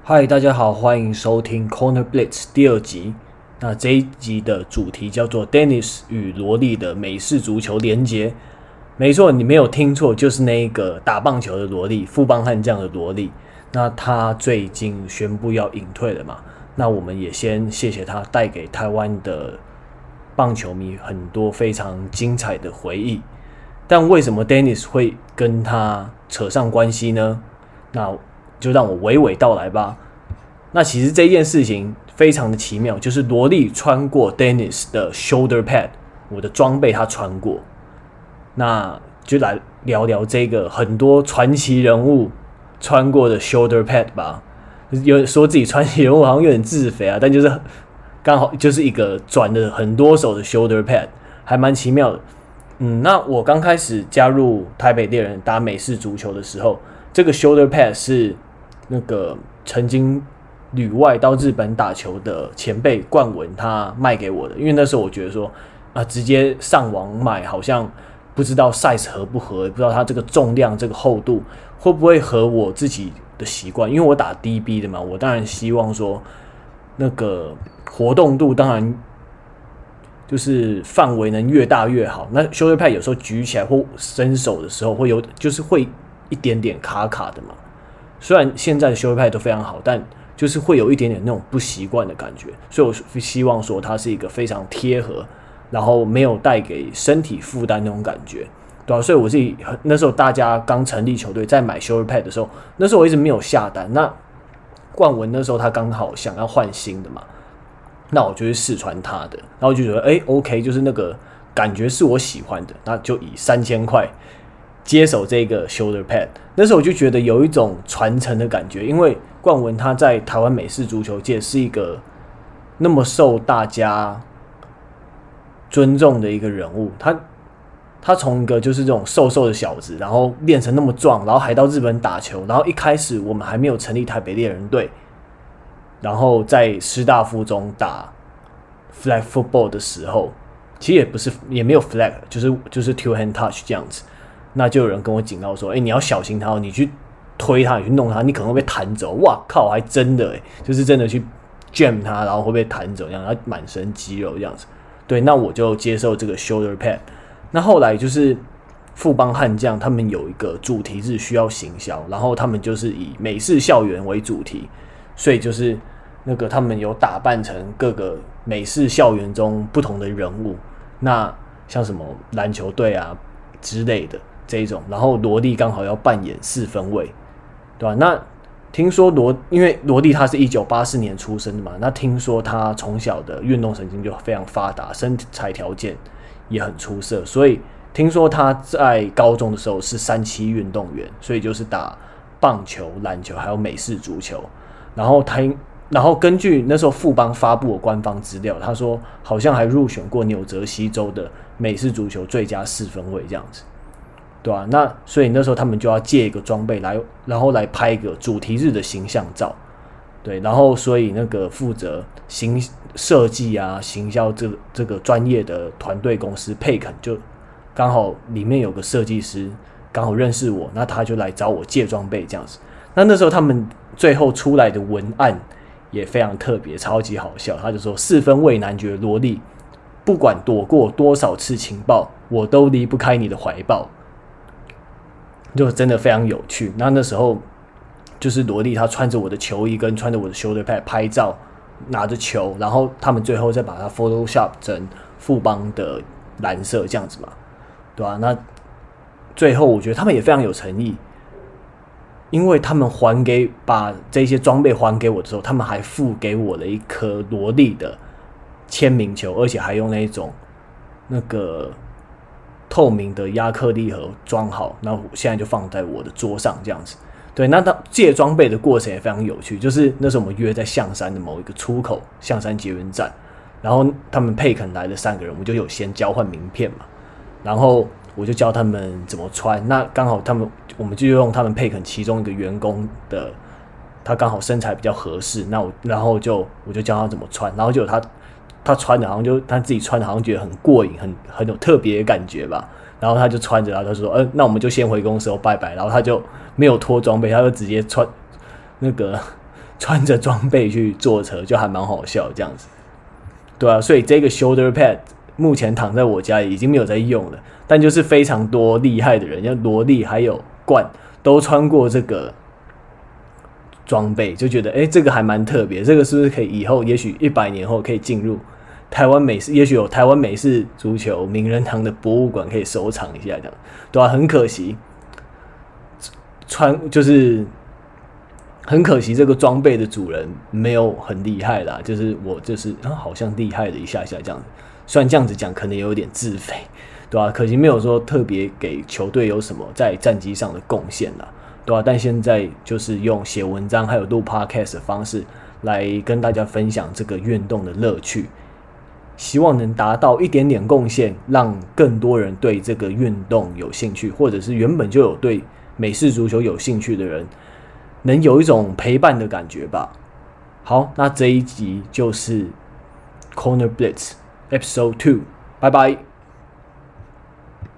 嗨，大家好，欢迎收听 Corner Blitz 第二集。那这一集的主题叫做 Dennis 与罗莉的美式足球连结。没错，你没有听错，就是那个打棒球的罗莉，富邦悍将的罗莉。那他最近宣布要隐退了嘛？那我们也先谢谢他带给台湾的棒球迷很多非常精彩的回忆。但为什么 Dennis 会跟他扯上关系呢？那就让我娓娓道来吧。那其实这件事情非常的奇妙，就是罗莉穿过 Dennis 的 shoulder pad， 我的装备他穿过。那就来聊聊这个很多传奇人物穿过的 shoulder pad 吧。有人说自己传奇人物好像有点自肥啊，但就是刚好就是一个转了很多手的 shoulder pad， 还蛮奇妙的。那我刚开始加入台北猎人打美式足球的时候，这个 shoulder pad 是那个曾经旅外到日本打球的前辈冠文他卖给我的，因为那时候我觉得说直接上网买好像不知道 size 合不合，不知道它这个重量这个厚度会不会合我自己的习惯，因为我打 DB 的嘛，我当然希望说那个活动度当然就是范围能越大越好。那 shoulder pad 有时候举起来或伸手的时候会有，就是会一点点卡卡的嘛。虽然现在的 shoulder pad 都非常好，但就是会有一点点那种不习惯的感觉，所以我希望说它是一个非常贴合，然后没有带给身体负担那种感觉，对吧？所以我自己那时候大家刚成立球队在买 shoulder pad 的时候，那时候我一直没有下单。那冠文那时候他刚好想要换新的嘛，那我就去试穿他的，然后我就觉得OK， 就是那个感觉是我喜欢的，那就以3000块接手这个 shoulder pad。那时候我就觉得有一种传承的感觉，因为冠文他在台湾美式足球界是一个那么受大家尊重的一个人物，他从一个就是这种瘦瘦的小子，然后练成那么壮，然后还到日本打球，然后一开始我们还没有成立台北猎人队，然后在师大附中打 flag football 的时候，其实也没有 flag， 就是 two hand touch 这样子。那就有人跟我警告说，你要小心他哦，你去推他，你去弄他，你可能会被弹走。哇靠，还真的就是真的去 jam 他，然后会被弹走，这样，然后满身肌肉这样子。对，那我就接受这个 shoulder pad。那后来就是富邦悍将他们有一个主题日需要行销，然后他们就是以美式校园为主题，所以就是那个他们有打扮成各个美式校园中不同的人物，那像什么篮球队啊之类的这一种，然后罗莉刚好要扮演4分卫，对吧？那听说因为罗莉他是1984年出生的嘛，那听说他从小的运动神经就非常发达，身材条件也很出色，所以听说他在高中的时候是3期运动员，所以就是打棒球、篮球还有美式足球。然后根据那时候富邦发布的官方资料，他说好像还入选过纽泽西州的美式足球最佳4分卫这样子，对吧？那所以那时候他们就要借一个装备来，然后来拍一个主题日的形象照，对，然后所以那个负责设计啊、行销这个专业的团队公司佩肯就刚好里面有个设计师刚好认识我，那他就来找我借装备这样子。那时候他们最后出来的文案也非常特别，超级好笑。他就说4分卫男爵罗莉，不管躲过多少次情报，我都离不开你的怀抱，就真的非常有趣。那时候就是罗莉她穿着我的球衣跟穿着我的 shoulder pad 拍照，拿着球，然后他们最后再把它 Photoshop 成富邦的蓝色这样子嘛，对吧？那最后我觉得他们也非常有诚意，因为他们把这些装备还给我的时候，他们还付给我了一颗罗莉的签名球，而且还用那个透明的亚克力盒装好，然后现在就放在我的桌上这样子。对，那他借装备的过程也非常有趣，就是那时候我们约在象山的某一个出口，象山捷运站，然后他们佩肯来的3个人，我们就有先交换名片嘛，然后我就教他们怎么穿。那刚好我们就用他们佩肯其中一个员工的，他刚好身材比较合适，然后我就教他怎么穿，然后就他穿的好像他自己穿的好像觉得很过瘾，很有特别的感觉吧。然后他就穿着，然后他说那我们就先回公司拜拜。然后他就没有脱装备，他就直接穿着装备去坐车，就还蛮好笑这样子，对啊，所以这个 shoulder pad 目前躺在我家里已经没有在用了，但就是非常多厉害的人，像萝莉还有冠都穿过这个装备，就觉得这个还蛮特别，这个是不是可以以后也许100年后可以进入台湾美式，也许有台湾美式足球名人堂的博物馆可以收藏一下这样，对啊，很可惜，就是很可惜这个装备的主人没有很厉害啦，就是我就是好像厉害的一下下这样子，虽然这样子讲可能有点自肥，对吧？可惜没有说特别给球队有什么在战绩上的贡献啦，对吧？但现在就是用写文章还有录 podcast 的方式来跟大家分享这个运动的乐趣，希望能达到一点点贡献，让更多人对这个运动有兴趣，或者是原本就有对美式足球有兴趣的人能有一种陪伴的感觉吧。好，那这一集就是 Corner Blitz Episode 2，拜拜。